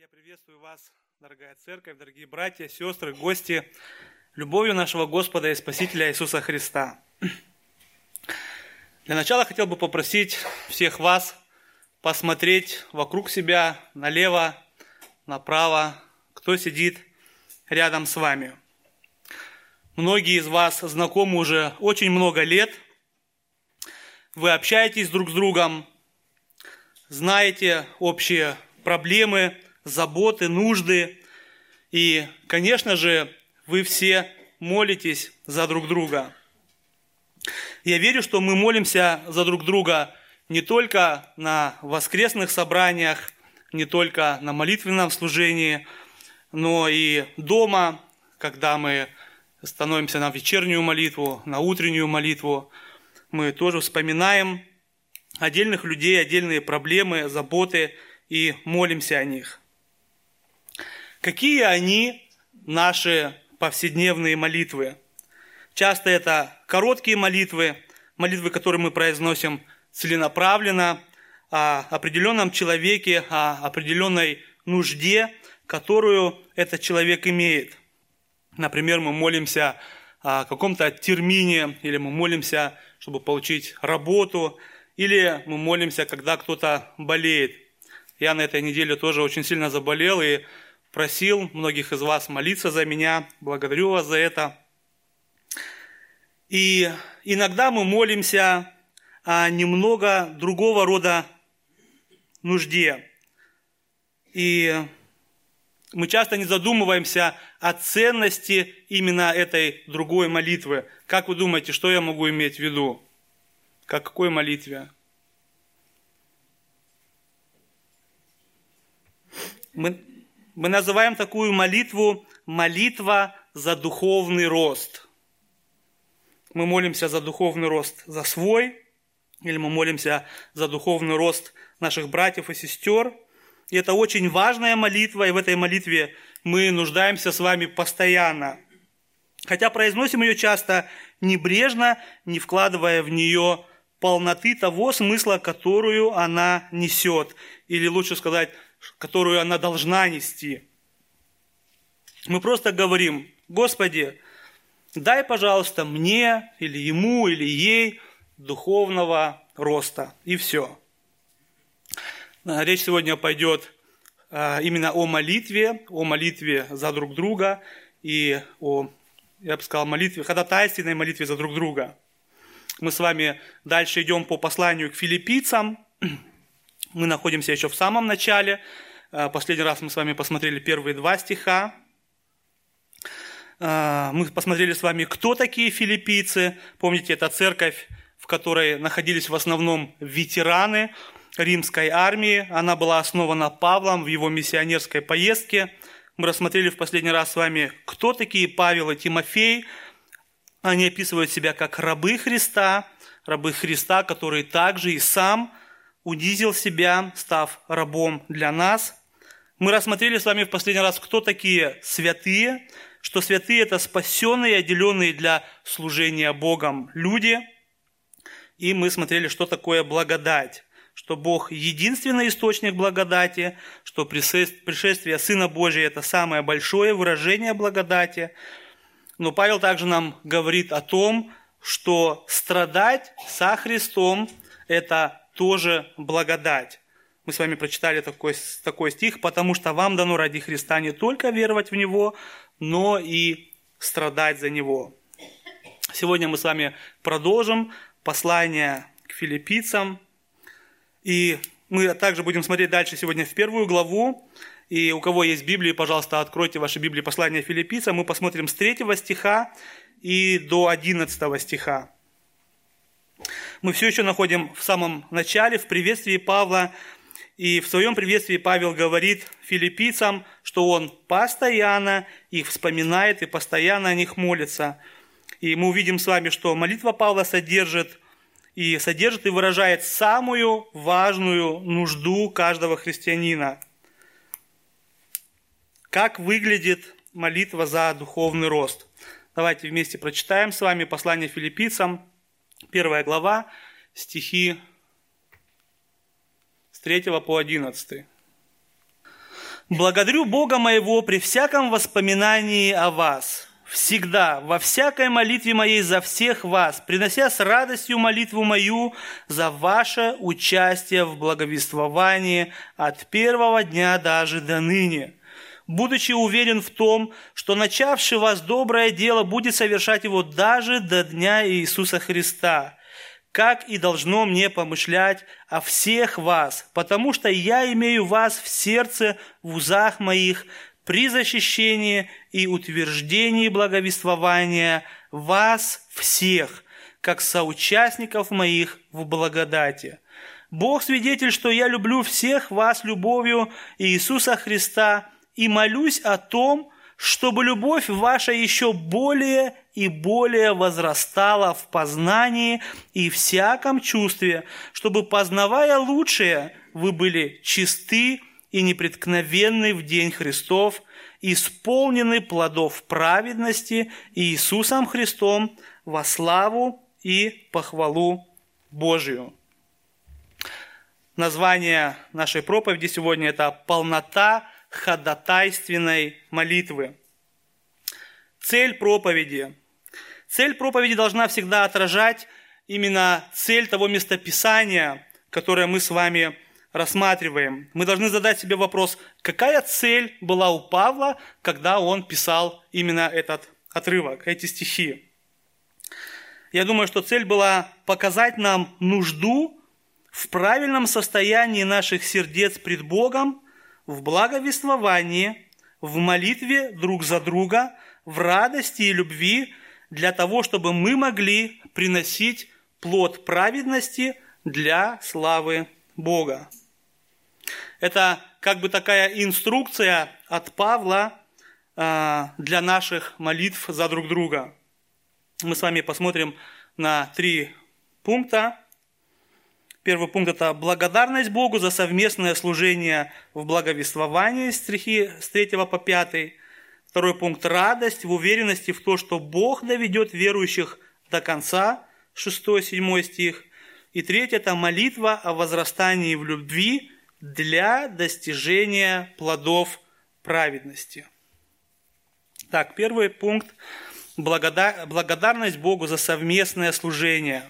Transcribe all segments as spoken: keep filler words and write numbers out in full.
Я приветствую вас, дорогая церковь, дорогие братья, сестры, гости, любовью нашего Господа и Спасителя Иисуса Христа. Для начала хотел бы попросить всех вас посмотреть вокруг себя, налево, направо, кто сидит рядом с вами. Многие из вас знакомы уже очень много лет, вы общаетесь друг с другом, знаете общие проблемы, заботы, нужды. И, конечно же, вы все молитесь за друг друга. Я верю, что мы молимся за друг друга не только на воскресных собраниях, не только на молитвенном служении, но и дома, когда мы становимся на вечернюю молитву, на утреннюю молитву. Мы тоже вспоминаем отдельных людей, отдельные проблемы, заботы и молимся о них. Какие они наши повседневные молитвы? Часто это короткие молитвы, молитвы, которые мы произносим целенаправленно, о определенном человеке, о определенной нужде, которую этот человек имеет. Например, мы молимся о каком-то термине, или мы молимся, чтобы получить работу, или мы молимся, когда кто-то болеет. Я на этой неделе тоже очень сильно заболел и просил многих из вас молиться за меня. Благодарю вас за это. И иногда мы молимся о немного другого рода нужде. И мы часто не задумываемся о ценности именно этой другой молитвы. Как вы думаете, что я могу иметь в виду? Как какой молитве? Мы, мы называем такую молитву молитва за духовный рост. Мы молимся за духовный рост за свой, или мы молимся за духовный рост наших братьев и сестер. И это очень важная молитва, и в этой молитве мы нуждаемся с вами постоянно. Хотя произносим ее часто небрежно, не вкладывая в нее полноты того смысла, которую она несет. Или лучше сказать, которую она должна нести. Мы просто говорим: Господи, дай, пожалуйста, мне, или ему, или ей духовного роста. И все. Речь сегодня пойдет именно о молитве, о молитве за друг друга и о, я бы сказал, молитве, ходатайственной молитве за друг друга. Мы с вами дальше идем по посланию к филиппийцам. Мы находимся еще в самом начале. Последний раз мы с вами посмотрели первые два стиха. Мы посмотрели с вами, кто такие филиппийцы. Помните, это церковь, в которой находились в основном ветераны римской армии. Она была основана Павлом в его миссионерской поездке. Мы рассмотрели в последний раз с вами, кто такие Павел и Тимофей. Они описывают себя как рабы Христа, рабы Христа, который также и сам унизил себя, став рабом для нас. Мы рассмотрели с вами в последний раз, кто такие святые, что святые – это спасенные, отделенные для служения Богом люди. И мы смотрели, что такое благодать, что Бог – единственный источник благодати, что пришествие Сына Божия – это самое большое выражение благодати. Но Павел также нам говорит о том, что страдать со Христом – это тоже благодать. Мы с вами прочитали такой, такой стих: «Потому что вам дано ради Христа не только веровать в Него, но и страдать за Него». Сегодня мы с вами продолжим послание к филиппийцам. И мы также будем смотреть дальше сегодня в первую главу. И у кого есть Библии, пожалуйста, откройте ваши Библии, послание филиппийцам. Мы посмотрим с третьего стиха и до одиннадцатого стиха. Мы все еще находим в самом начале, в приветствии Павла. И в своем приветствии Павел говорит филиппийцам, что он постоянно их вспоминает и постоянно о них молится. И мы увидим с вами, что молитва Павла содержит и содержит и выражает самую важную нужду каждого христианина. Как выглядит молитва за духовный рост? Давайте вместе прочитаем с вами послание филиппийцам, первая глава, стихи с третьего по одиннадцатый. «Благодарю Бога моего при всяком воспоминании о вас, всегда, во всякой молитве моей за всех вас, принося с радостью молитву мою за ваше участие в благовествовании от первого дня даже до ныне, будучи уверен в том, что начавший вас доброе дело будет совершать его даже до дня Иисуса Христа, как и должно мне помышлять о всех вас, потому что я имею вас в сердце, в узах моих, при защищении и утверждении благовествования вас всех, как соучастников моих в благодати. Бог свидетель, что я люблю всех вас любовью Иисуса Христа и молюсь о том, чтобы любовь ваша еще более и более возрастала в познании и всяком чувстве, чтобы, познавая лучшее, вы были чисты и непреткновенны в день Христов, исполнены плодов праведности Иисусом Христом во славу и похвалу Божию». Название нашей проповеди сегодня – это «Полнота ходатайственной молитвы». Цель проповеди. Цель проповеди должна всегда отражать именно цель того местописания, которое мы с вами рассматриваем. Мы должны задать себе вопрос, какая цель была у Павла, когда он писал именно этот отрывок, эти стихи. Я думаю, что цель была показать нам нужду в правильном состоянии наших сердец пред Богом, в благовествовании, в молитве друг за друга, в радости и любви, для того, чтобы мы могли приносить плод праведности для славы Бога. Это как бы такая инструкция от Павла для наших молитв за друг друга. Мы с вами посмотрим на три пункта. Первый пункт – это благодарность Богу за совместное служение в благовествовании, стихи с третьего по пятый. Второй пункт – радость в уверенности в то, что Бог доведет верующих до конца, шестой-седьмой стих. И третье – это молитва о возрастании в любви для достижения плодов праведности. Так, первый пункт – благодарность Богу за совместное служение.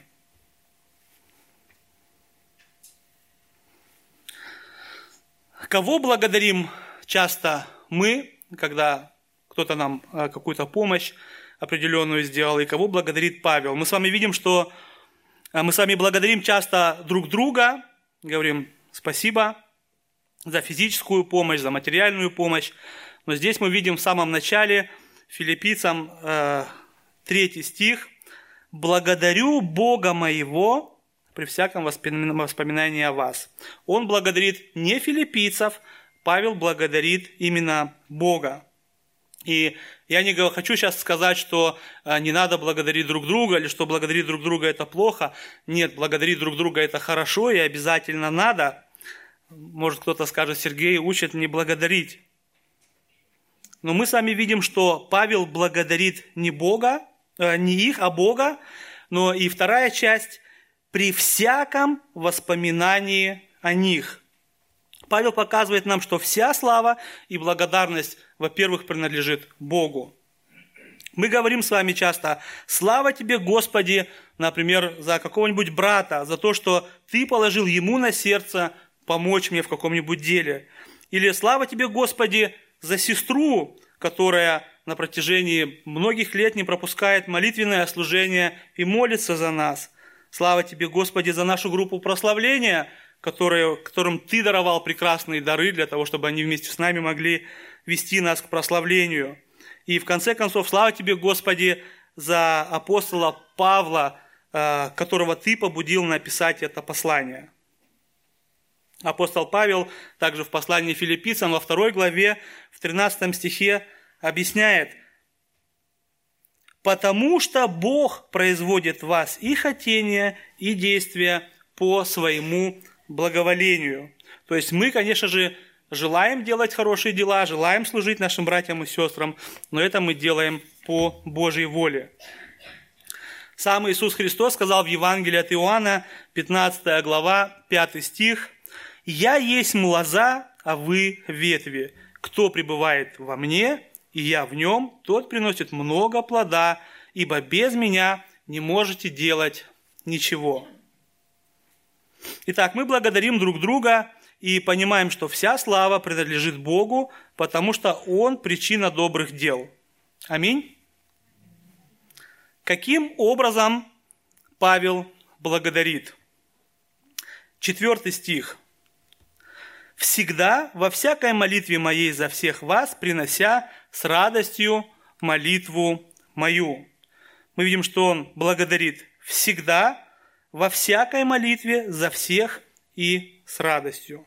Кого благодарим часто мы, когда кто-то нам какую-то помощь определенную сделал, и кого благодарит Павел? Мы с вами видим, что мы с вами благодарим часто друг друга, говорим спасибо за физическую помощь, за материальную помощь. Но здесь мы видим в самом начале, Филиппийцам третий стих, «Благодарю Бога моего при всяком воспоминании о вас». Он благодарит не филиппийцев, Павел благодарит именно Бога. И я не хочу сейчас сказать, что не надо благодарить друг друга, или что благодарить друг друга – это плохо. Нет, благодарить друг друга – это хорошо и обязательно надо. Может, кто-то скажет, Сергей учит не благодарить. Но мы с вами видим, что Павел благодарит не Бога, не их, а Бога. Но и вторая часть – при всяком воспоминании о них. Павел показывает нам, что вся слава и благодарность, во-первых, принадлежит Богу. Мы говорим с вами часто: «Слава тебе, Господи», например, за какого-нибудь брата, за то, что ты положил ему на сердце помочь мне в каком-нибудь деле. Или «Слава тебе, Господи», за сестру, которая на протяжении многих лет не пропускает молитвенное служение и молится за нас. Слава тебе, Господи, за нашу группу прославления, которые, которым Ты даровал прекрасные дары для того, чтобы они вместе с нами могли вести нас к прославлению. И в конце концов, слава Тебе, Господи, за апостола Павла, которого Ты побудил написать это послание. Апостол Павел также в послании Филиппийцам во второй главе, в тринадцатом стихе объясняет: «Потому что Бог производит в вас и хотения, и действия по своему благоволению». То есть мы, конечно же, желаем делать хорошие дела, желаем служить нашим братьям и сестрам, но это мы делаем по Божьей воле. Сам Иисус Христос сказал в Евангелии от Иоанна, пятнадцатая глава, пятый стих: «Я есть лоза, а вы ветви. кто пребывает во мне, и я в нем, тот приносит много плода, ибо без меня не можете делать ничего. Итак, мы благодарим друг друга и понимаем, что вся слава принадлежит Богу, потому что Он причина добрых дел. Аминь. Каким образом Павел благодарит? Четвертый стих. «Всегда во всякой молитве моей за всех вас, принося с радостью молитву мою». Мы видим, что он благодарит всегда, во всякой молитве за всех и с радостью.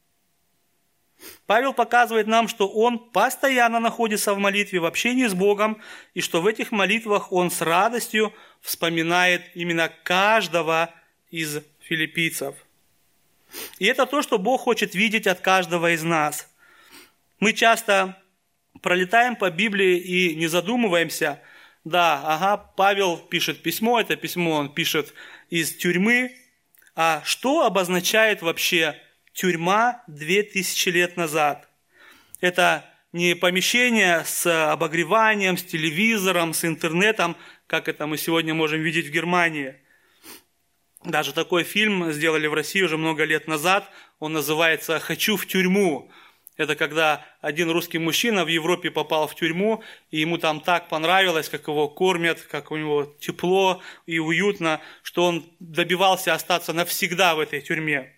Павел показывает нам, что он постоянно находится в молитве, в общении с Богом, и что в этих молитвах он с радостью вспоминает именно каждого из филиппийцев. И это то, что Бог хочет видеть от каждого из нас. Мы часто пролетаем по Библии и не задумываемся. Да, ага, Павел пишет письмо, это письмо он пишет из тюрьмы. А что обозначает вообще тюрьма две тысячи лет назад? Это не помещение с обогреванием, с телевизором, с интернетом, как это мы сегодня можем видеть в Германии. Даже такой фильм сделали в России уже много лет назад. Он называется «Хочу в тюрьму». Это когда один русский мужчина в Европе попал в тюрьму, и ему там так понравилось, как его кормят, как у него тепло и уютно, что он добивался остаться навсегда в этой тюрьме.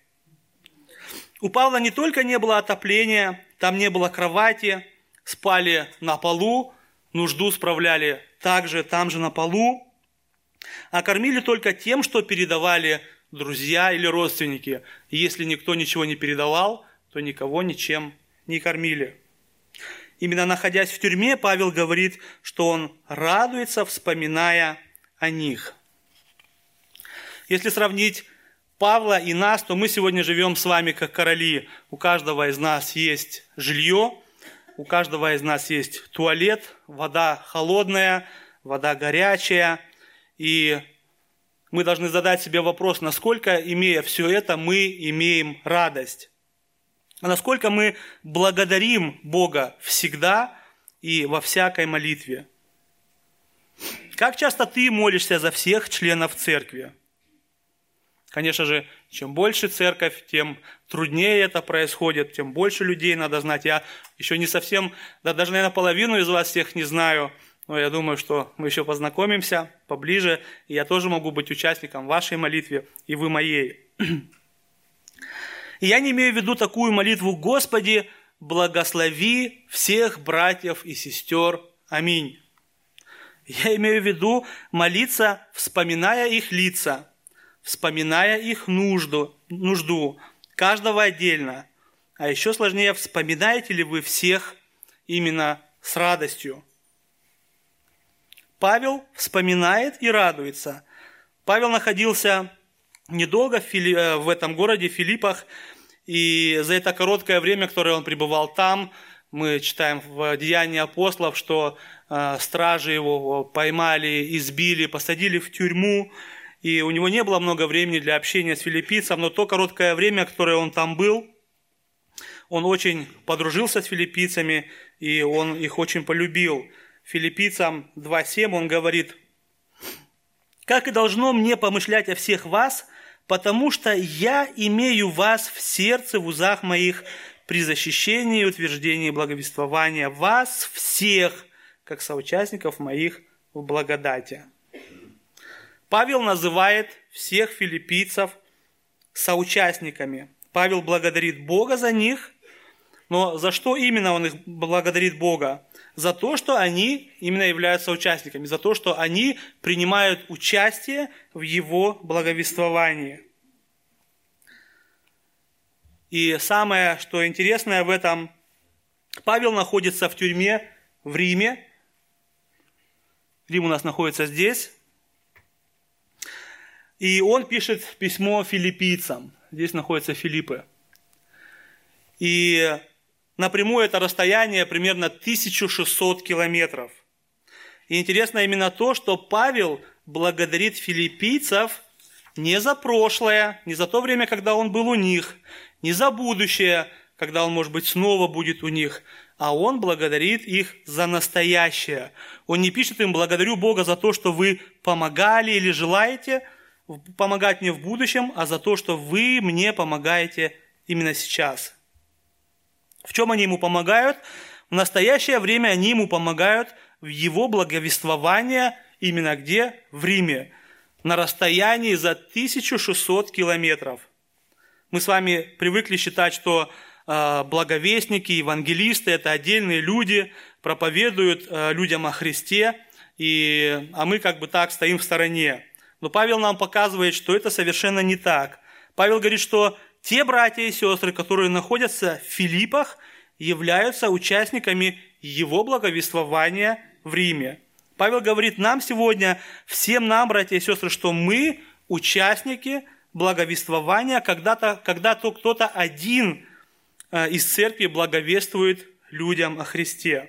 У Павла не только не было отопления, там не было кровати, спали на полу, нужду справляли также там же на полу, а кормили только тем, что передавали друзья или родственники. И если никто ничего не передавал, то никого ничем не кормили. Именно находясь в тюрьме, Павел говорит, что он радуется, вспоминая о них. Если сравнить Павла и нас, то мы сегодня живем с вами как короли. У каждого из нас есть жилье, у каждого из нас есть туалет, вода холодная, вода горячая. И мы должны задать себе вопрос, насколько, имея все это, мы имеем радость. Насколько мы благодарим Бога всегда и во всякой молитве. Как часто ты молишься за всех членов церкви? Конечно же, чем больше церковь, тем труднее это происходит, тем больше людей надо знать. Я еще не совсем, да даже, наверное, половину из вас всех не знаю, но я думаю, что мы еще познакомимся поближе, и я тоже могу быть участником вашей молитвы, и вы моей. И я не имею в виду такую молитву: «Господи, благослови всех братьев и сестер. Аминь». Я имею в виду молиться, вспоминая их лица, вспоминая их нужду, нужду, каждого отдельно. А еще сложнее, вспоминаете ли вы всех именно с радостью? Павел вспоминает и радуется. Павел находился недолго в, Фили... в этом городе, в Филиппах, и за это короткое время, которое он пребывал там, мы читаем в Деянии апостолов, что э, стражи его поймали, избили, посадили в тюрьму, и у него не было много времени для общения с филиппийцем, но то короткое время, которое он там был, он очень подружился с филиппийцами, и он их очень полюбил. Филиппийцам два семь он говорит: «Как и должно мне помышлять о всех вас, потому что я имею вас в сердце, в узах моих, при защищении и утверждении благовествования вас всех, как соучастников моих в благодати». Павел называет всех филиппийцев соучастниками. Павел благодарит Бога за них, но за что именно он их благодарит Бога? За то, что они именно являются участниками, за то, что они принимают участие в его благовествовании. И самое, что интересное в этом, Павел находится в тюрьме в Риме. Рим у нас находится здесь. И он пишет письмо филиппийцам. Здесь находятся Филиппы. И напрямую это расстояние примерно тысяча шестьсот километров. И интересно именно то, что Павел благодарит филиппийцев не за прошлое, не за то время, когда он был у них, не за будущее, когда он, может быть, снова будет у них, а Он благодарит их за настоящее. Он не пишет им: благодарю Бога за то, что вы помогали или желаете помогать мне в будущем, а за то, что вы мне помогаете именно сейчас. В чем они ему помогают? В настоящее время они ему помогают в его благовествование именно где? В Риме, на расстоянии за тысячу шестьсот километров. Мы с вами привыкли считать, что э, благовестники, евангелисты – это отдельные люди, проповедуют э, людям о Христе, и, а мы как бы так стоим в стороне. Но Павел нам показывает, что это совершенно не так. Павел говорит, что те братья и сестры, которые находятся в Филиппах, являются участниками его благовествования в Риме. Павел говорит нам сегодня, всем нам, братья и сестры, что мы участники благовествования, когда-то, когда-то кто-то один из церкви благовествует людям о Христе.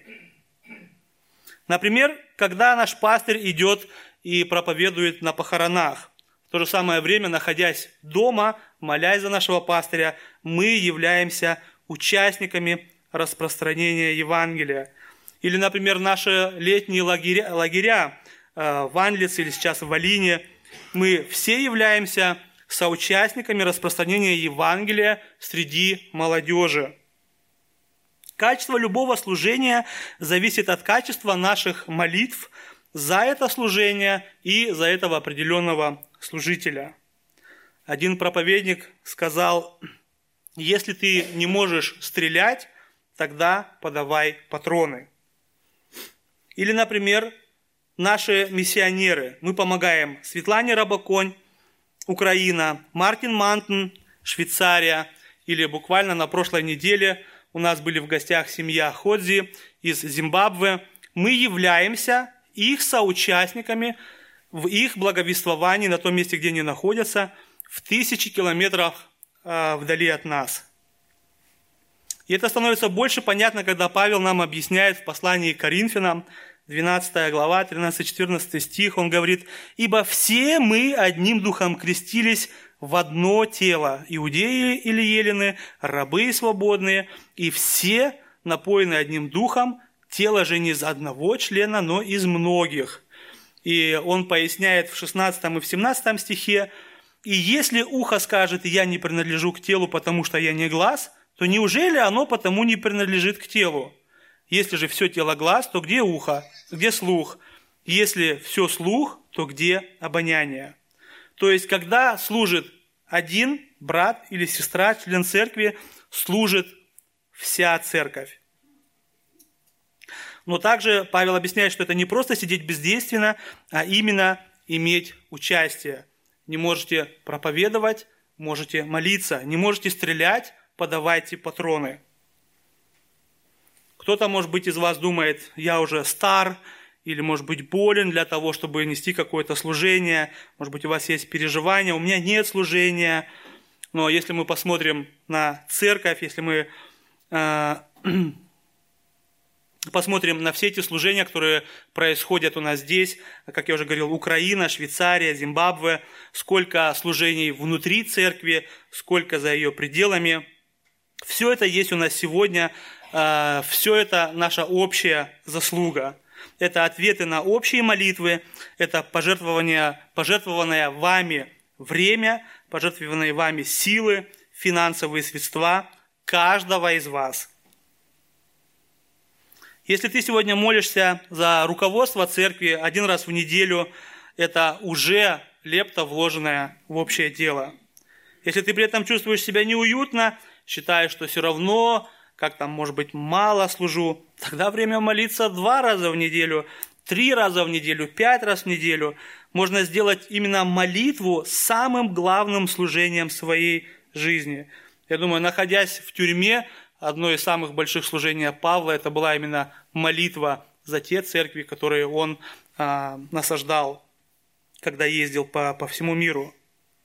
Например, когда наш пастырь идет и проповедует на похоронах, в то же самое время, находясь дома, молясь за нашего пастыря, мы являемся участниками распространения Евангелия. Или, например, наши летние лагеря, лагеря в Анлице или сейчас в Алине, мы все являемся соучастниками распространения Евангелия среди молодежи. Качество любого служения зависит от качества наших молитв за это служение и за этого определенного служителя. Один проповедник сказал: если ты не можешь стрелять, тогда подавай патроны. Или, например, наши миссионеры. Мы помогаем Светлане Рабаконь, Украина, Мартин Мантон, Швейцария. Или буквально на прошлой неделе у нас были в гостях семья Ходзи из Зимбабве. Мы являемся их соучастниками в их благовествовании на том месте, где они находятся, в тысячи километров э, вдали от нас. И это становится больше понятно, когда Павел нам объясняет в послании к Коринфянам, двенадцатая глава, тринадцатый-четырнадцатый стих, он говорит: «Ибо все мы одним духом крестились в одно тело, иудеи или елены, рабы и свободные, и все напоены одним духом, тело же не из одного члена, но из многих». И он поясняет в шестнадцатом и в семнадцатом стихе: «И если ухо скажет: я не принадлежу к телу, потому что я не глаз, то неужели оно потому не принадлежит к телу? Если же все тело глаз, то где ухо, где слух? Если все слух, то где обоняние?» То есть, когда служит один брат или сестра, член церкви, служит вся церковь. Но также Павел объясняет, что это не просто сидеть бездейственно, а именно иметь участие. Не можете проповедовать, можете молиться. Не можете стрелять, подавайте патроны. Кто-то, может быть, из вас думает: я уже стар, или, может быть, болен для того, чтобы нести какое-то служение. Может быть, у вас есть переживания, у меня нет служения. Но если мы посмотрим на церковь, если мы э, посмотрим на все эти служения, которые происходят у нас здесь, как я уже говорил, Украина, Швейцария, Зимбабве, сколько служений внутри церкви, сколько за ее пределами. Все это есть у нас сегодня, все это наша общая заслуга. Это ответы на общие молитвы, это пожертвование, пожертвованное вами время, пожертвованные вами силы, финансовые средства каждого из вас. Если ты сегодня молишься за руководство церкви один раз в неделю, это уже лепта, вложенная в общее дело. Если ты при этом чувствуешь себя неуютно, считаешь, что все равно, как там, может быть, мало служу, тогда время молиться два раза в неделю, три раза в неделю, пять раз в неделю. Можно сделать именно молитву самым главным служением своей жизни. Я думаю, находясь в тюрьме, одно из самых больших служений Павла, это была именно молитва за те церкви, которые он а, насаждал, когда ездил по, по всему миру.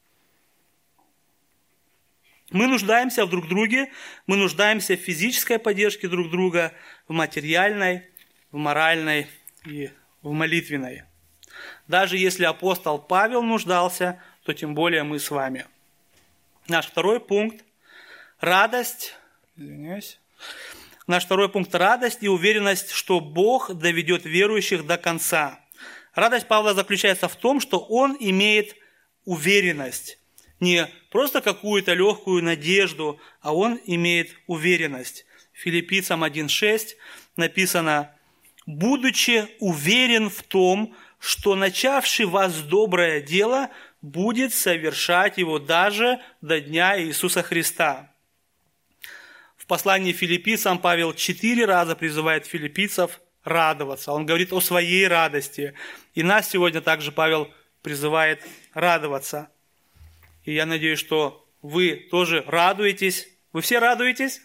Мы нуждаемся в друг друге, мы нуждаемся в физической поддержке друг друга, в материальной, в моральной и в молитвенной. Даже если апостол Павел нуждался, то тем более мы с вами. Наш второй пункт – радость. Извиняюсь. Наш второй пункт – радость и уверенность, что Бог доведет верующих до конца. Радость Павла заключается в том, что он имеет уверенность. Не просто какую-то легкую надежду, а он имеет уверенность. Филиппийцам один шесть написано: «Будучи уверен в том, что начавший вас доброе дело будет совершать его даже до дня Иисуса Христа». В послании филиппийцам Павел четыре раза призывает филиппийцев радоваться. Он говорит о своей радости. И нас сегодня также Павел призывает радоваться. И я надеюсь, что вы тоже радуетесь. Вы все радуетесь?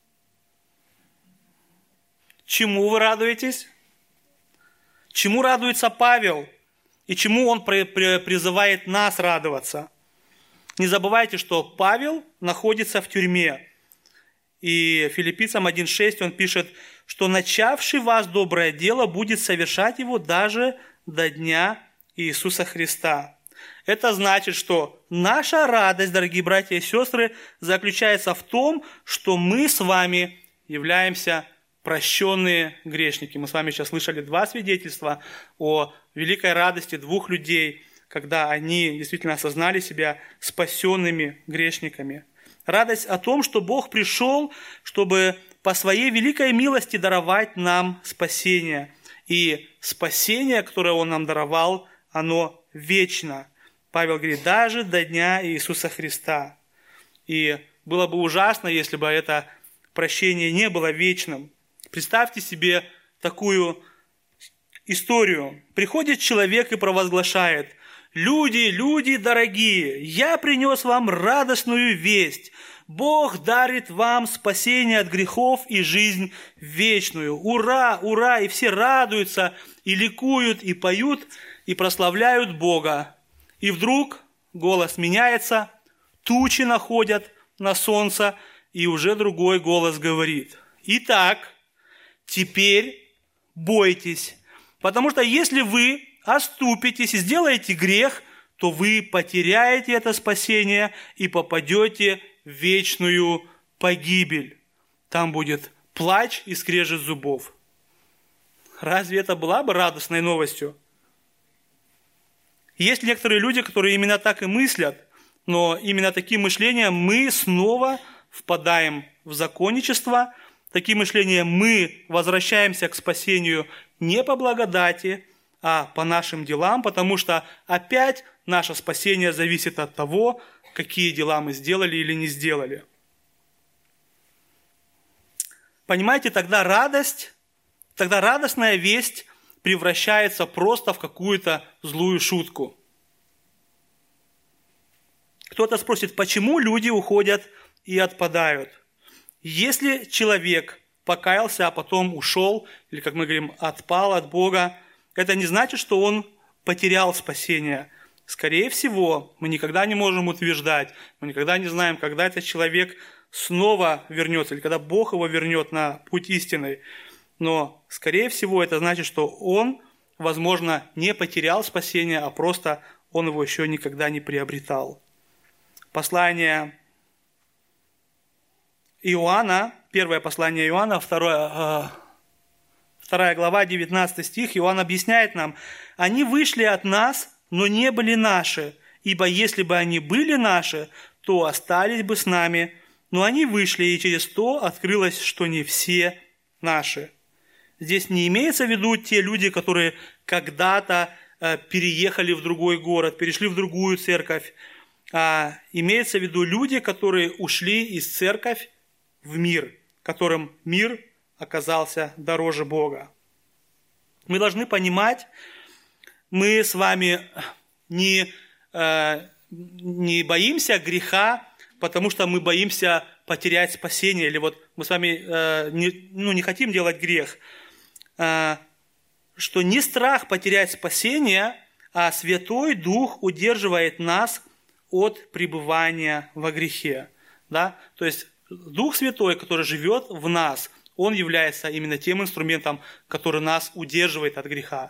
Чему вы радуетесь? Чему радуется Павел? И чему он призывает нас радоваться? Не забывайте, что Павел находится в тюрьме. И Филиппийцам один шесть он пишет, что начавший вас доброе дело будет совершать его даже до дня Иисуса Христа. Это значит, что наша радость, дорогие братья и сестры, заключается в том, что мы с вами являемся прощенные грешники. Мы с вами сейчас слышали два свидетельства о великой радости двух людей, когда они действительно осознали себя спасенными грешниками. Радость о том, что Бог пришел, чтобы по своей великой милости даровать нам спасение. И спасение, которое Он нам даровал, оно вечно. Павел говорит, даже до дня Иисуса Христа. И было бы ужасно, если бы это прощение не было вечным. Представьте себе такую историю. Приходит человек и провозглашает: «Люди, люди дорогие, я принес вам радостную весть. Бог дарит вам спасение от грехов и жизнь вечную. Ура, ура!» И все радуются, и ликуют, и поют, и прославляют Бога. И вдруг голос меняется, тучи находят на солнце, и уже другой голос говорит: «Итак, теперь бойтесь, потому что если вы оступитесь и сделаете грех, то вы потеряете это спасение и попадете в вечную погибель. Там будет плач и скрежет зубов». Разве это была бы радостной новостью? Есть некоторые люди, которые именно так и мыслят, но именно таким мышлением мы снова впадаем в законничество. Таким мышлением мы возвращаемся к спасению не по благодати, а по нашим делам, потому что опять наше спасение зависит от того, какие дела мы сделали или не сделали. Понимаете, тогда радость, тогда радостная весть превращается просто в какую-то злую шутку. Кто-то спросит, почему люди уходят и отпадают? Если человек покаялся, а потом ушел, или, как мы говорим, отпал от Бога, это не значит, что он потерял спасение. Скорее всего, мы никогда не можем утверждать, мы никогда не знаем, когда этот человек снова вернется, или когда Бог его вернет на путь истинный. Но, скорее всего, это значит, что он, возможно, не потерял спасение, а просто он его еще никогда не приобретал. Послание Иоанна, первое послание Иоанна, второе, вторая глава, девятнадцатый стих, Иоанн объясняет нам: «Они вышли от нас, но не были наши, ибо если бы они были наши, то остались бы с нами, но они вышли, и через то открылось, что не все наши». Здесь не имеется в виду те люди, которые когда-то переехали в другой город, перешли в другую церковь, а имеется в виду люди, которые ушли из церковь в мир, которым мир оказался дороже Бога. Мы должны понимать, мы с вами не, э, не боимся греха, потому что мы боимся потерять спасение, или вот мы с вами э, не, ну, не хотим делать грех, э, что не страх потерять спасение, а Святой Дух удерживает нас от пребывания во грехе. Да? То есть Дух Святой, который живет в нас, Он является именно тем инструментом, который нас удерживает от греха.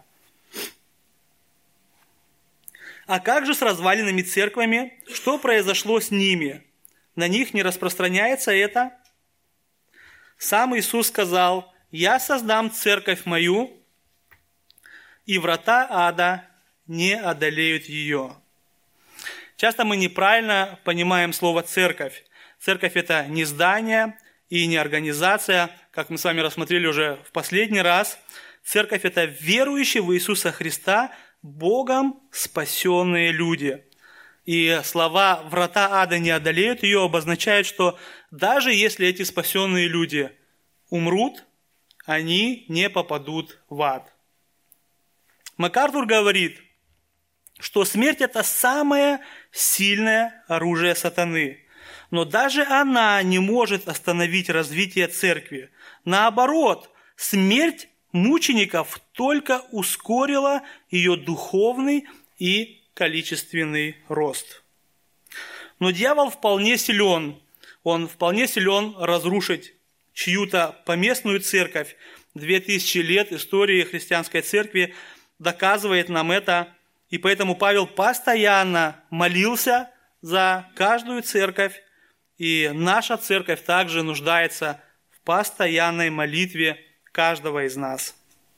А как же с развалинами церквами? Что произошло с ними? На них не распространяется это? Сам Иисус сказал: «Я создам церковь мою, и врата ада не одолеют ее». Часто мы неправильно понимаем слово «церковь». Церковь – это не здание и не организация, как мы с вами рассмотрели уже в последний раз. Церковь – это верующие в Иисуса Христа, Богом спасенные люди. И слова «врата ада не одолеют ее» обозначают, что даже если эти спасенные люди умрут, они не попадут в ад. МакАртур говорит, что смерть – это самое сильное оружие сатаны. Но даже она не может остановить развитие церкви. Наоборот, смерть мучеников только ускорила ее духовный и количественный рост. Но дьявол вполне силен. Он вполне силен разрушить чью-то поместную церковь. Две тысячи лет истории христианской церкви доказывает нам это. И поэтому Павел постоянно молился за каждую церковь. И наша церковь также нуждается в постоянной молитве каждого из нас.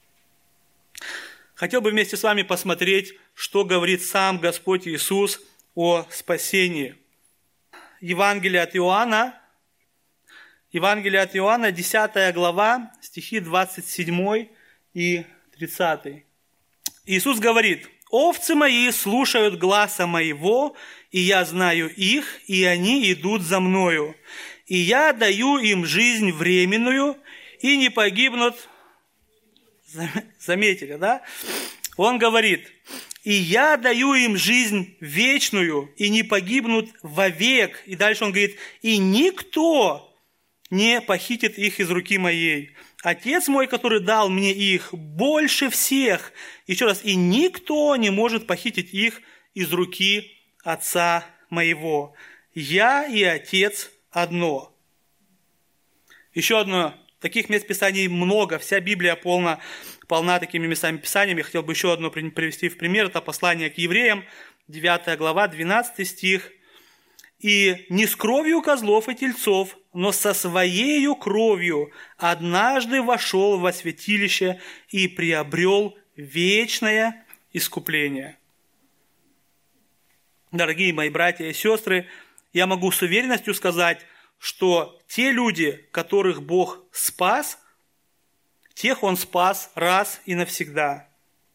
Хотел бы вместе с вами посмотреть, что говорит сам Господь Иисус о спасении. Евангелие от Иоанна, Евангелие от Иоанна, десятая глава, стихи двадцать семь и тридцать. Иисус говорит: «Овцы мои слушают гласа моего, и я знаю их, и они идут за мною. И я даю им жизнь временную, и не погибнут». Заметили, да? Он говорит: «И я даю им жизнь вечную, и не погибнут вовек». И дальше он говорит: «И никто не похитит их из руки моей. Отец мой, который дал мне их, больше всех». Еще раз: «И никто не может похитить их из руки Отца моего. Я и Отец одно». Еще одно. Таких мест Писаний много. Вся Библия полна, полна такими местами Писания. Я хотел бы еще одно привести в пример. Это послание к евреям, девятая глава, двенадцатый стих. «И не с кровью козлов и тельцов, но со своею кровью однажды вошел во святилище и приобрел вечное искупление». Дорогие мои братья и сестры, я могу с уверенностью сказать, что те люди, которых Бог спас, тех Он спас раз и навсегда.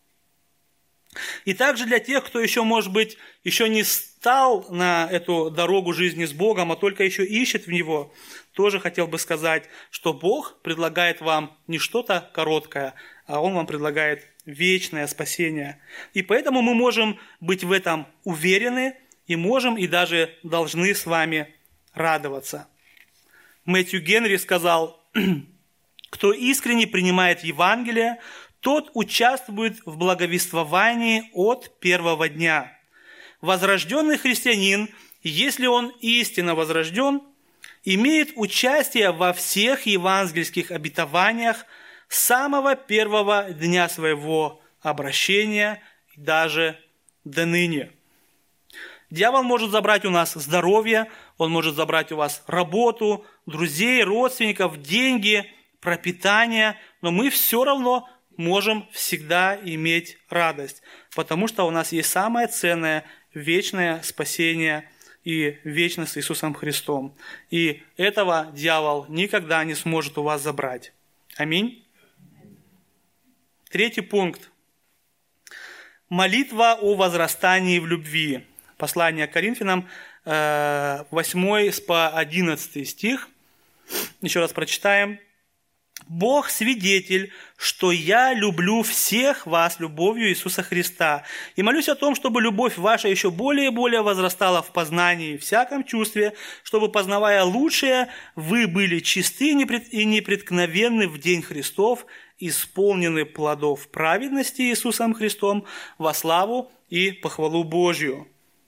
И также для тех, кто еще, может быть, еще не стал на эту дорогу жизни с Богом, а только еще ищет в Него, тоже хотел бы сказать, что Бог предлагает вам не что-то короткое, а Он вам предлагает вечное спасение. И поэтому мы можем быть в этом уверены, и можем, и даже должны с вами радоваться. Мэтью Генри сказал: «Кто искренне принимает Евангелие, тот участвует в благовествовании от первого дня. Возрожденный христианин, если он истинно возрожден, имеет участие во всех евангельских обетованиях с самого первого дня своего обращения и даже до ныне». Дьявол может забрать у нас здоровье, он может забрать у вас работу, друзей, родственников, деньги, пропитание, но мы все равно можем всегда иметь радость, потому что у нас есть самое ценное – вечное спасение и вечность с Иисусом Христом. И этого дьявол никогда не сможет у вас забрать. Аминь. Третий пункт. Молитва о возрастании в любви. Послание к Коринфянам, восьмой по одиннадцатый стих. Еще раз прочитаем. «Бог свидетель, что я люблю всех вас любовью Иисуса Христа, и молюсь о том, чтобы любовь ваша еще более и более возрастала в познании и всяком чувстве, чтобы, познавая лучшее, вы были чисты и непреткновенны в день Христов, исполнены плодов праведности Иисусом Христом во славу и похвалу Божью».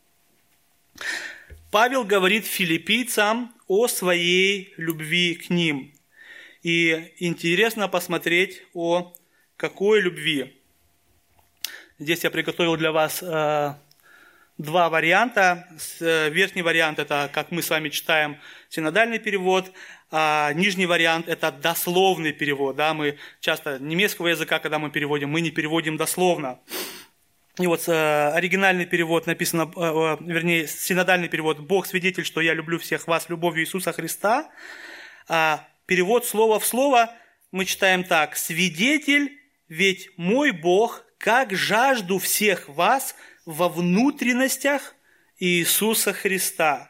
Павел говорит филиппийцам о своей любви к ним. И интересно посмотреть, о какой любви. Здесь я приготовил для вас э, два варианта. Верхний вариант – это, как мы с вами читаем, синодальный перевод, А нижний вариант – это дословный перевод. Да? Мы часто немецкого языка, когда мы переводим, мы не переводим дословно. И вот э, оригинальный перевод написано, э, вернее, синодальный перевод «Бог свидетель, что я люблю всех вас любовью Иисуса Христа». А перевод слово в слово мы читаем так: «Свидетель, ведь мой Бог, как жажду всех вас во внутренностях Иисуса Христа».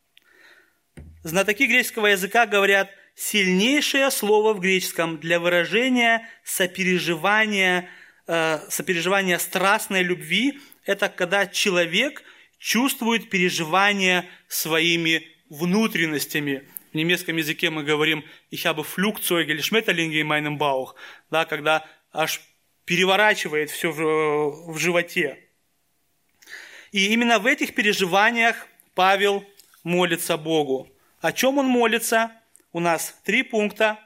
Знатоки греческого языка говорят, сильнейшее слово в греческом для выражения сопереживания, э, сопереживания страстной любви – это когда человек чувствует переживания своими внутренностями. В немецком языке мы говорим «Ich habe Flugzeuge или Schmetterlinge in meinem Bauch», да, когда аж переворачивает все в, в животе. И именно в этих переживаниях Павел молится Богу. О чем он молится? У нас три пункта.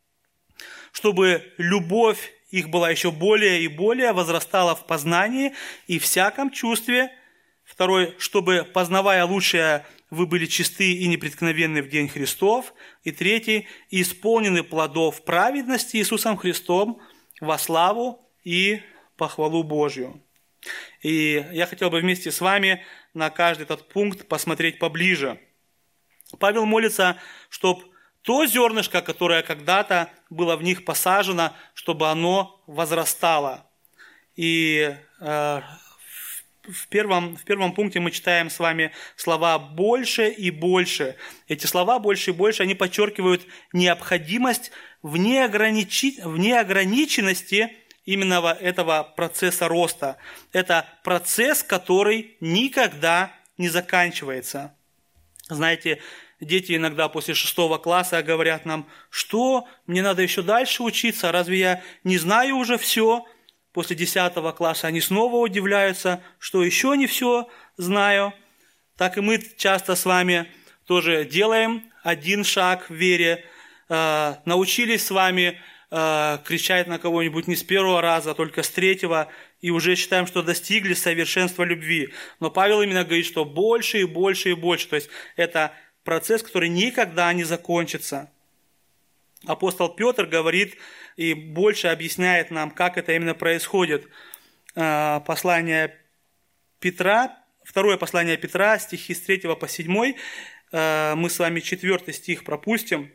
Чтобы любовь их была еще более и более, возрастала в познании и всяком чувстве. Второй, чтобы, познавая лучшее, вы были чисты и непреткновенны в день Христов. И третий, исполнены плодов праведности Иисусом Христом во славу и похвалу Божью. И я хотел бы вместе с вами на каждый этот пункт посмотреть поближе. Павел молится, чтобы то зернышко, которое когда-то было в них посажено, чтобы оно возрастало. И э, в, первом, в первом пункте мы читаем с вами слова «больше и больше». Эти слова «больше и больше», они подчеркивают необходимость в, неограничи, в неограниченности именно этого процесса роста. Это процесс, который никогда не заканчивается. Знаете, дети иногда после шестого класса говорят нам, что мне надо еще дальше учиться, разве я не знаю уже все? После десятого класса они снова удивляются, что еще не все знаю. Так и мы часто с вами тоже делаем один шаг в вере, э, научились с вами э, кричать на кого-нибудь не с первого раза, а только с третьего, и уже считаем, что достигли совершенства любви. Но Павел именно говорит, что больше и больше и больше. То есть это процесс, который никогда не закончится. Апостол Петр говорит и больше объясняет нам, как это именно происходит. Послание Петра, второе послание Петра, стихи с третьего по седьмой. Мы с вами четвертый стих пропустим,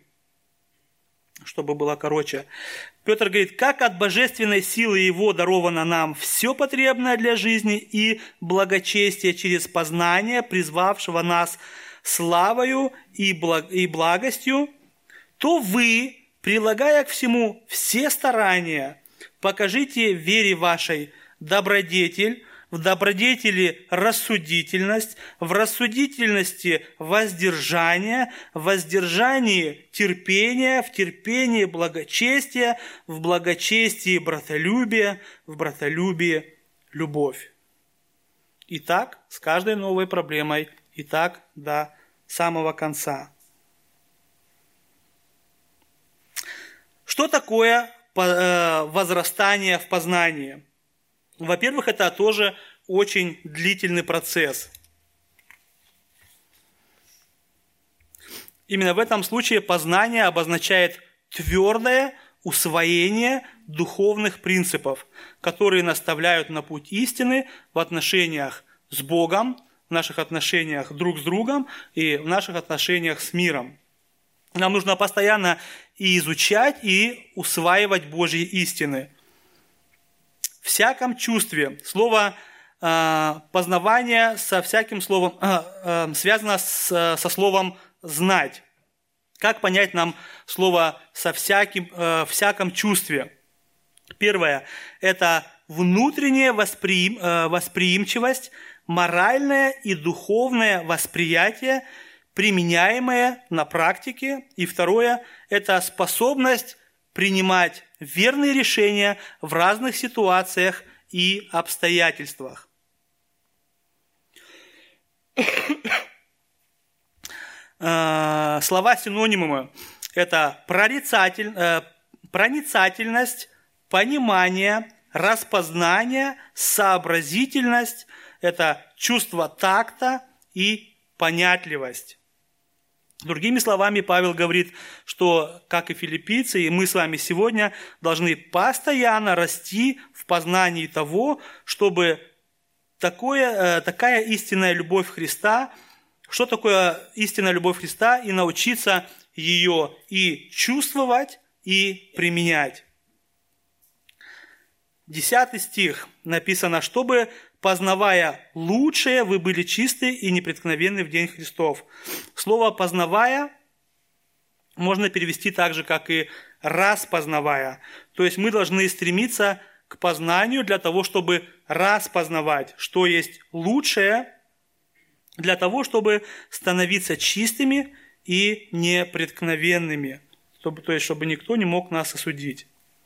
чтобы было короче. Петр говорит, как от божественной силы Его даровано нам все потребное для жизни и благочестия через познание, призвавшего нас славою и благостью, то вы, прилагая к всему все старания, покажите в вере вашей добродетель, в добродетели рассудительность, в рассудительности воздержание, в воздержании терпение, в терпении благочестие, в благочестии братолюбие, в братолюбии любовь. И так с каждой новой проблемой, и так до самого конца. Что такое возрастание в познании? Во-первых, это тоже очень длительный процесс. Именно в этом случае познание обозначает твердое усвоение духовных принципов, которые наставляют на путь истины в отношениях с Богом, в наших отношениях друг с другом и в наших отношениях с миром. Нам нужно постоянно и изучать, и усваивать Божьи истины. В всяком чувстве. Слово э, познавание со всяким словом э, э, связано с, со словом знать. Как понять нам слово со всяким, э, всяком чувстве? Первое – это внутренняя восприим, э, восприимчивость, моральное и духовное восприятие, применяемое на практике. И второе – это способность принимать верные решения в разных ситуациях и обстоятельствах. Слова синонимы – это прорицатель, проницательность, понимание, распознание, сообразительность – это чувство такта и понятливость. Другими словами, Павел говорит, что, как и филиппийцы, и мы с вами сегодня должны постоянно расти в познании того, чтобы такое, такая истинная любовь Христа, что такое истинная любовь Христа, и научиться ее и чувствовать, и применять. Десятый стих написано, чтобы, познавая лучшее, вы были чисты и непреткновенны в день Христов. Слово «познавая» можно перевести так же, как и «распознавая». То есть мы должны стремиться к познанию для того, чтобы распознавать, что есть лучшее, для того, чтобы становиться чистыми и непреткновенными, чтобы, то есть чтобы никто не мог нас осудить.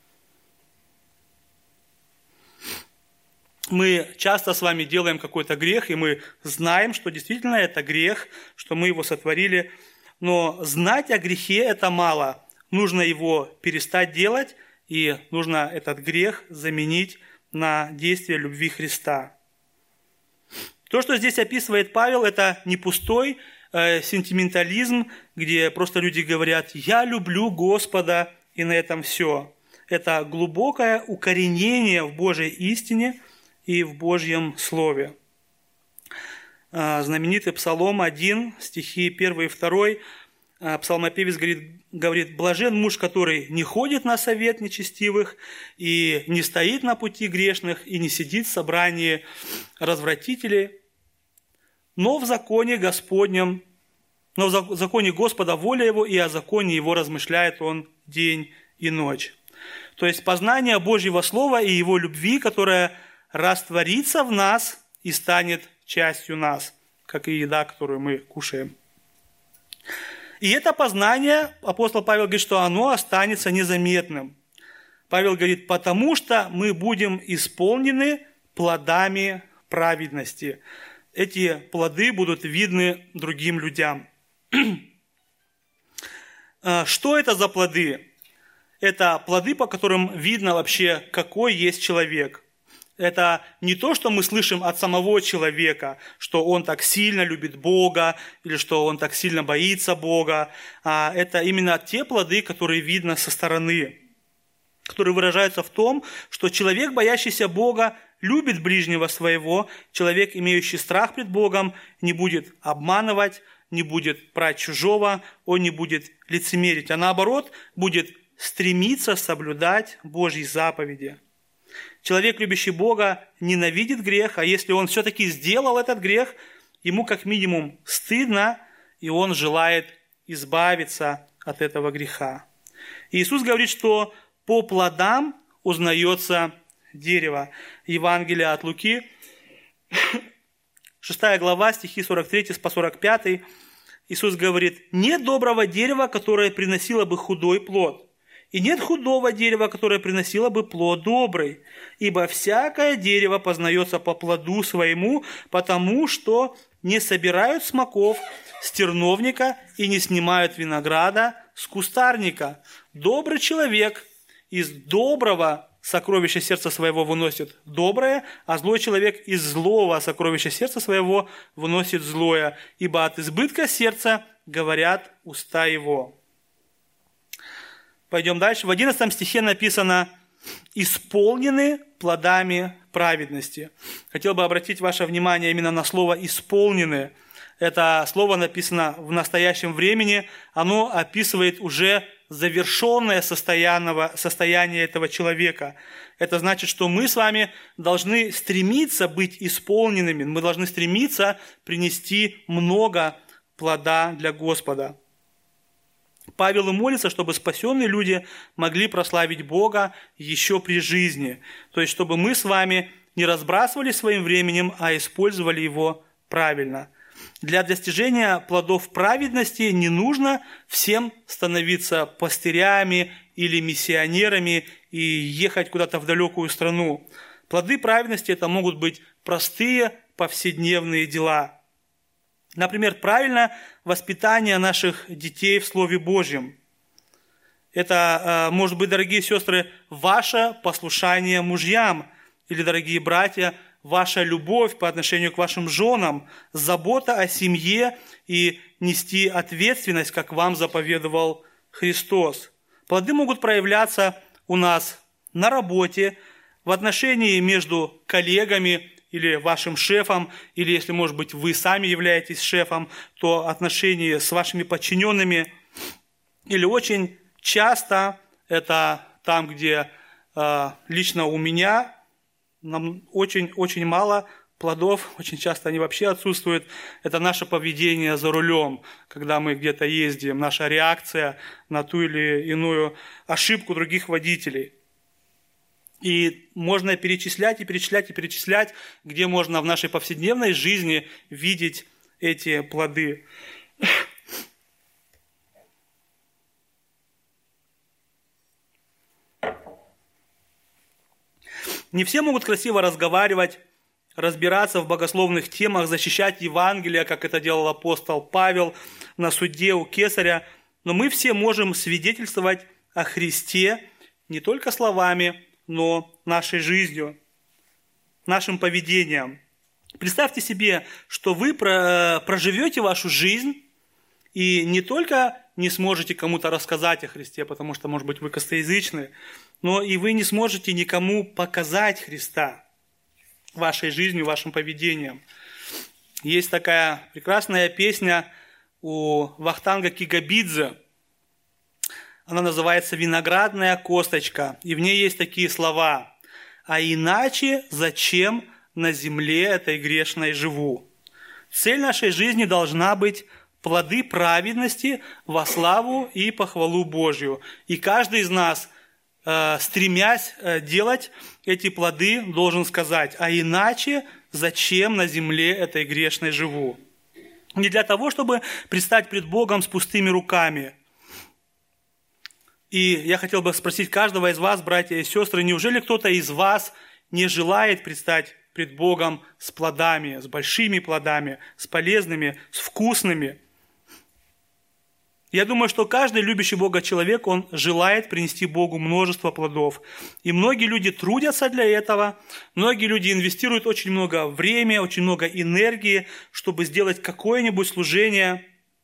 Мы часто с вами делаем какой-то грех, и мы знаем, что действительно это грех, что мы его сотворили. Но знать о грехе – это мало. Нужно его перестать делать, и нужно этот грех заменить на действие любви Христа. То, что здесь описывает Павел, это не пустой э, сентиментализм, где просто люди говорят «я люблю Господа», и на этом все. Это глубокое укоренение в Божьей истине и в Божьем Слове. Знаменитый Псалом один, стихи один и два, псалмопевец говорит, говорит, «Блажен муж, который не ходит на совет нечестивых, и не стоит на пути грешных, и не сидит в собрании развратителей, но в законе Господнем, но в законе Господа воля его, и о законе его размышляет он день и ночь». То есть познание Божьего Слова и Его любви, которая растворится в нас и станет частью нас, как и еда, которую мы кушаем. И это познание, апостол Павел говорит, что оно останется незаметным. Павел говорит, потому что мы будем исполнены плодами праведности. Эти плоды будут видны другим людям. Что это за плоды? Это плоды, по которым видно вообще, какой есть человек. Это не то, что мы слышим от самого человека, что он так сильно любит Бога, или что он так сильно боится Бога, а это именно те плоды, которые видно со стороны, которые выражаются в том, что человек, боящийся Бога, любит ближнего своего, человек, имеющий страх пред Богом, не будет обманывать, не будет брать чужого, он не будет лицемерить, а наоборот, будет стремиться соблюдать Божьи заповеди. Человек, любящий Бога, ненавидит грех, а если он все-таки сделал этот грех, ему как минимум стыдно, и он желает избавиться от этого греха. И Иисус говорит, что по плодам узнается дерево. Евангелие от Луки, шестая глава, стихи сорок три по сорок пять. Иисус говорит, «Нет доброго дерева, которое приносило бы худой плод, и нет худого дерева, которое приносило бы плод добрый, ибо всякое дерево познается по плоду своему, потому что не собирают смоков с терновника и не снимают винограда с кустарника. Добрый человек из доброго сокровища сердца своего выносит доброе, а злой человек из злого сокровища сердца своего выносит злое, ибо от избытка сердца говорят уста его». Пойдем дальше. В одиннадцатом стихе написано «исполнены плодами праведности». Хотел бы обратить ваше внимание именно на слово «исполнены». Это слово написано в настоящем времени. Оно описывает уже завершенное состояние этого человека. Это значит, что мы с вами должны стремиться быть исполненными. Мы должны стремиться принести много плода для Господа. Павел и молится, чтобы спасенные люди могли прославить Бога еще при жизни. То есть, чтобы мы с вами не разбрасывали своим временем, а использовали его правильно. Для достижения плодов праведности не нужно всем становиться пастырями или миссионерами и ехать куда-то в далекую страну. Плоды праведности – это могут быть простые повседневные дела. Например, правильное воспитание наших детей в Слове Божьем. Это, может быть, дорогие сестры, ваше послушание мужьям, или, дорогие братья, ваша любовь по отношению к вашим женам, забота о семье и нести ответственность, как вам заповедовал Христос. Плоды могут проявляться у нас на работе, в отношении между коллегами или вашим шефом, или если, может быть, вы сами являетесь шефом, то отношения с вашими подчиненными. Или очень часто это там, где э, лично у меня очень-очень мало плодов, очень часто они вообще отсутствуют. Это наше поведение за рулем, когда мы где-то ездим, наша реакция на ту или иную ошибку других водителей. И можно перечислять, и перечислять, и перечислять, где можно в нашей повседневной жизни видеть эти плоды. Не все могут красиво разговаривать, разбираться в богословных темах, защищать Евангелие, как это делал апостол Павел на суде у Кесаря. Но мы все можем свидетельствовать о Христе не только словами, но нашей жизнью, нашим поведением. Представьте себе, что вы проживете вашу жизнь и не только не сможете кому-то рассказать о Христе, потому что, может быть, вы косноязычны, но и вы не сможете никому показать Христа вашей жизнью, вашим поведением. Есть такая прекрасная песня у Вахтанга Кигабидзе. Она называется «Виноградная косточка», и в ней есть такие слова: «А иначе зачем на земле этой грешной живу?» Цель нашей жизни должна быть плоды праведности во славу и похвалу Божью. И каждый из нас, стремясь делать эти плоды, должен сказать: «А иначе зачем на земле этой грешной живу?» Не для того, чтобы предстать пред Богом с пустыми руками. И я хотел бы спросить каждого из вас, братья и сестры, неужели кто-то из вас не желает предстать пред Богом с плодами, с большими плодами, с полезными, с вкусными? Я думаю, что каждый любящий Бога человек, он желает принести Богу множество плодов. И многие люди трудятся для этого, многие люди инвестируют очень много времени, очень много энергии, чтобы сделать какое-нибудь служение.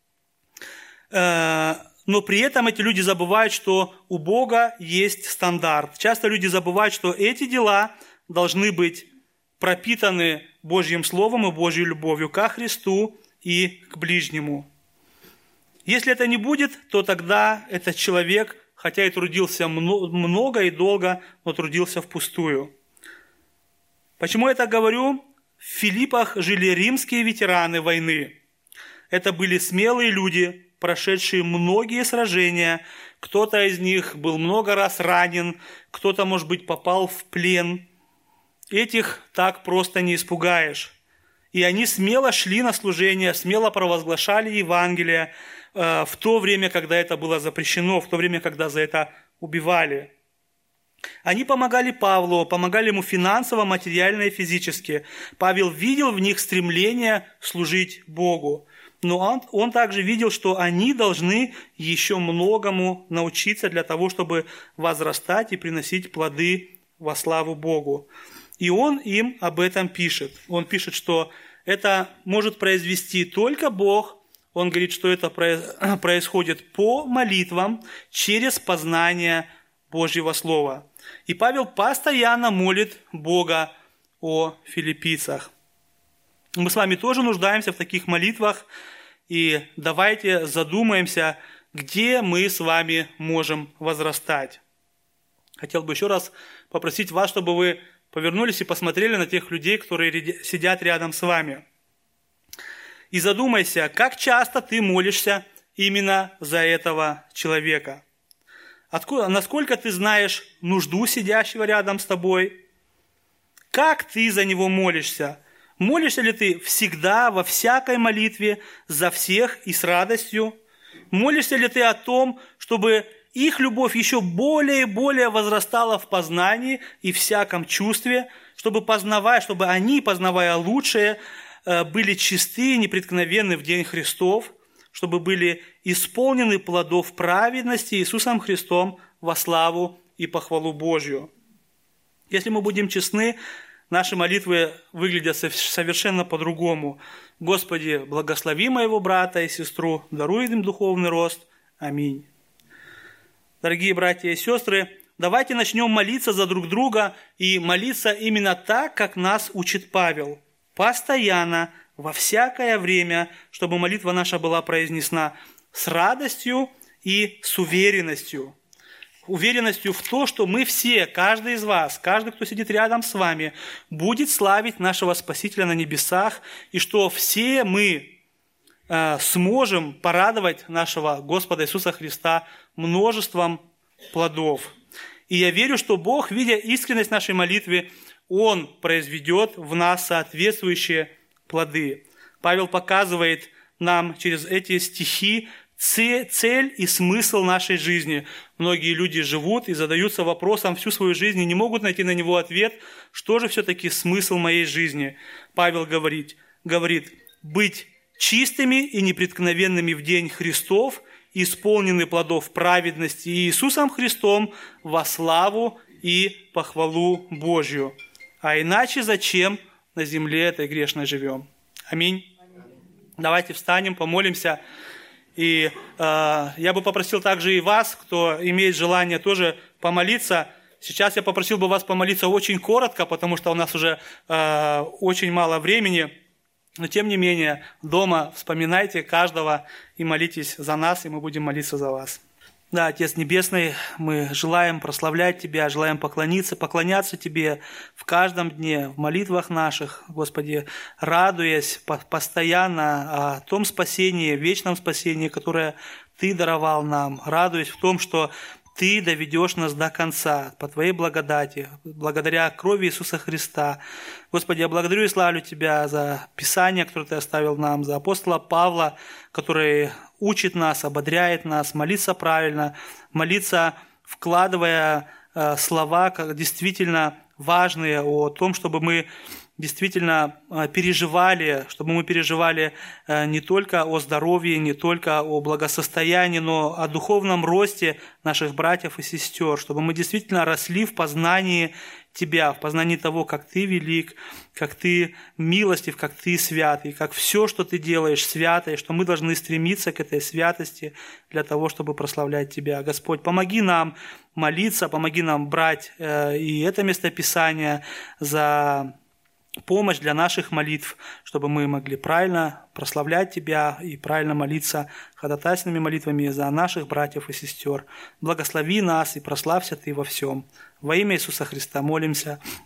Но при этом эти люди забывают, что у Бога есть стандарт. Часто люди забывают, что эти дела должны быть пропитаны Божьим Словом и Божьей любовью ко Христу и к ближнему. Если это не будет, то тогда этот человек, хотя и трудился много и долго, но трудился впустую. Почему я так говорю? В Филиппах жили римские ветераны войны. Это были смелые люди, прошедшие многие сражения. Кто-то из них был много раз ранен, кто-то, может быть, попал в плен. Этих так просто не испугаешь. И они смело шли на служение, смело провозглашали Евангелие э, в то время, когда это было запрещено, в то время, когда за это убивали. Они помогали Павлу, помогали ему финансово, материально и физически. Павел видел в них стремление служить Богу. Но он, он также видел, что они должны еще многому научиться для того, чтобы возрастать и приносить плоды во славу Богу. И он им об этом пишет. Он пишет, что это может произвести только Бог. Он говорит, что это происходит по молитвам, через познание Божьего Слова. И Павел постоянно молит Бога о филиппийцах. Мы с вами тоже нуждаемся в таких молитвах, и давайте задумаемся, где мы с вами можем возрастать. Хотел бы еще раз попросить вас, чтобы вы повернулись и посмотрели на тех людей, которые сидят рядом с вами. И задумайся, как часто ты молишься именно за этого человека. Откуда, насколько ты знаешь нужду сидящего рядом с тобой? Как ты за него молишься? Молишься ли ты всегда, во всякой молитве, за всех и с радостью? Молишься ли ты о том, чтобы их любовь еще более и более возрастала в познании и всяком чувстве, чтобы познавая, чтобы они, познавая лучшее, были чисты и непреткновенны в день Христов, чтобы были исполнены плодов праведности Иисусом Христом во славу и похвалу Божью? Если мы будем честны, наши молитвы выглядят совершенно по-другому. Господи, благослови моего брата и сестру, даруй им духовный рост. Аминь. Дорогие братья и сестры, давайте начнем молиться за друг друга и молиться именно так, как нас учит Павел. Постоянно, во всякое время, чтобы молитва наша была произнесена с радостью и с уверенностью. Уверенностью в то, что мы все, каждый из вас, каждый, кто сидит рядом с вами, будет славить нашего Спасителя на небесах, и что все мы э, сможем порадовать нашего Господа Иисуса Христа множеством плодов. И я верю, что Бог, видя искренность нашей молитвы, Он произведет в нас соответствующие плоды. Павел показывает нам через эти стихи цель и смысл нашей жизни. Многие люди живут и задаются вопросом всю свою жизнь и не могут найти на него ответ, что же все-таки смысл моей жизни. Павел говорит, говорит, быть чистыми и непреткновенными в день Христов, исполнены плодов праведности Иисусом Христом во славу и похвалу Божью. А иначе зачем на земле этой грешной живем? Аминь. Давайте встанем, помолимся. И э, я бы попросил также и вас, кто имеет желание тоже помолиться. Сейчас я попросил бы вас помолиться очень коротко, потому что у нас уже э, очень мало времени. Но тем не менее, дома вспоминайте каждого и молитесь за нас, и мы будем молиться за вас. Да, Отец Небесный, мы желаем прославлять Тебя, желаем поклониться, поклоняться Тебе в каждом дне, в молитвах наших, Господи, радуясь постоянно о том спасении, вечном спасении, которое Ты даровал нам, радуясь в том, что Ты доведешь нас до конца по Твоей благодати, благодаря крови Иисуса Христа. Господи, я благодарю и славлю Тебя за Писание, которое Ты оставил нам, за апостола Павла, который учит нас, ободряет нас, молиться правильно, молиться, вкладывая э, слова, как действительно важные о том, чтобы мы действительно э, переживали, чтобы мы переживали э, не только о здоровье, не только о благосостоянии, но о духовном росте наших братьев и сестер, чтобы мы действительно росли в познании Тебя, в познании того, как Ты велик, как Ты милостив, как Ты святый, как все, что Ты делаешь, свято, и что мы должны стремиться к этой святости для того, чтобы прославлять Тебя. Господь, помоги нам молиться, помоги нам брать э, и это местописание за помощь для наших молитв, чтобы мы могли правильно прославлять Тебя и правильно молиться ходатайственными молитвами за наших братьев и сестер. Благослови нас и прославься Ты во всем. Во имя Иисуса Христа молимся.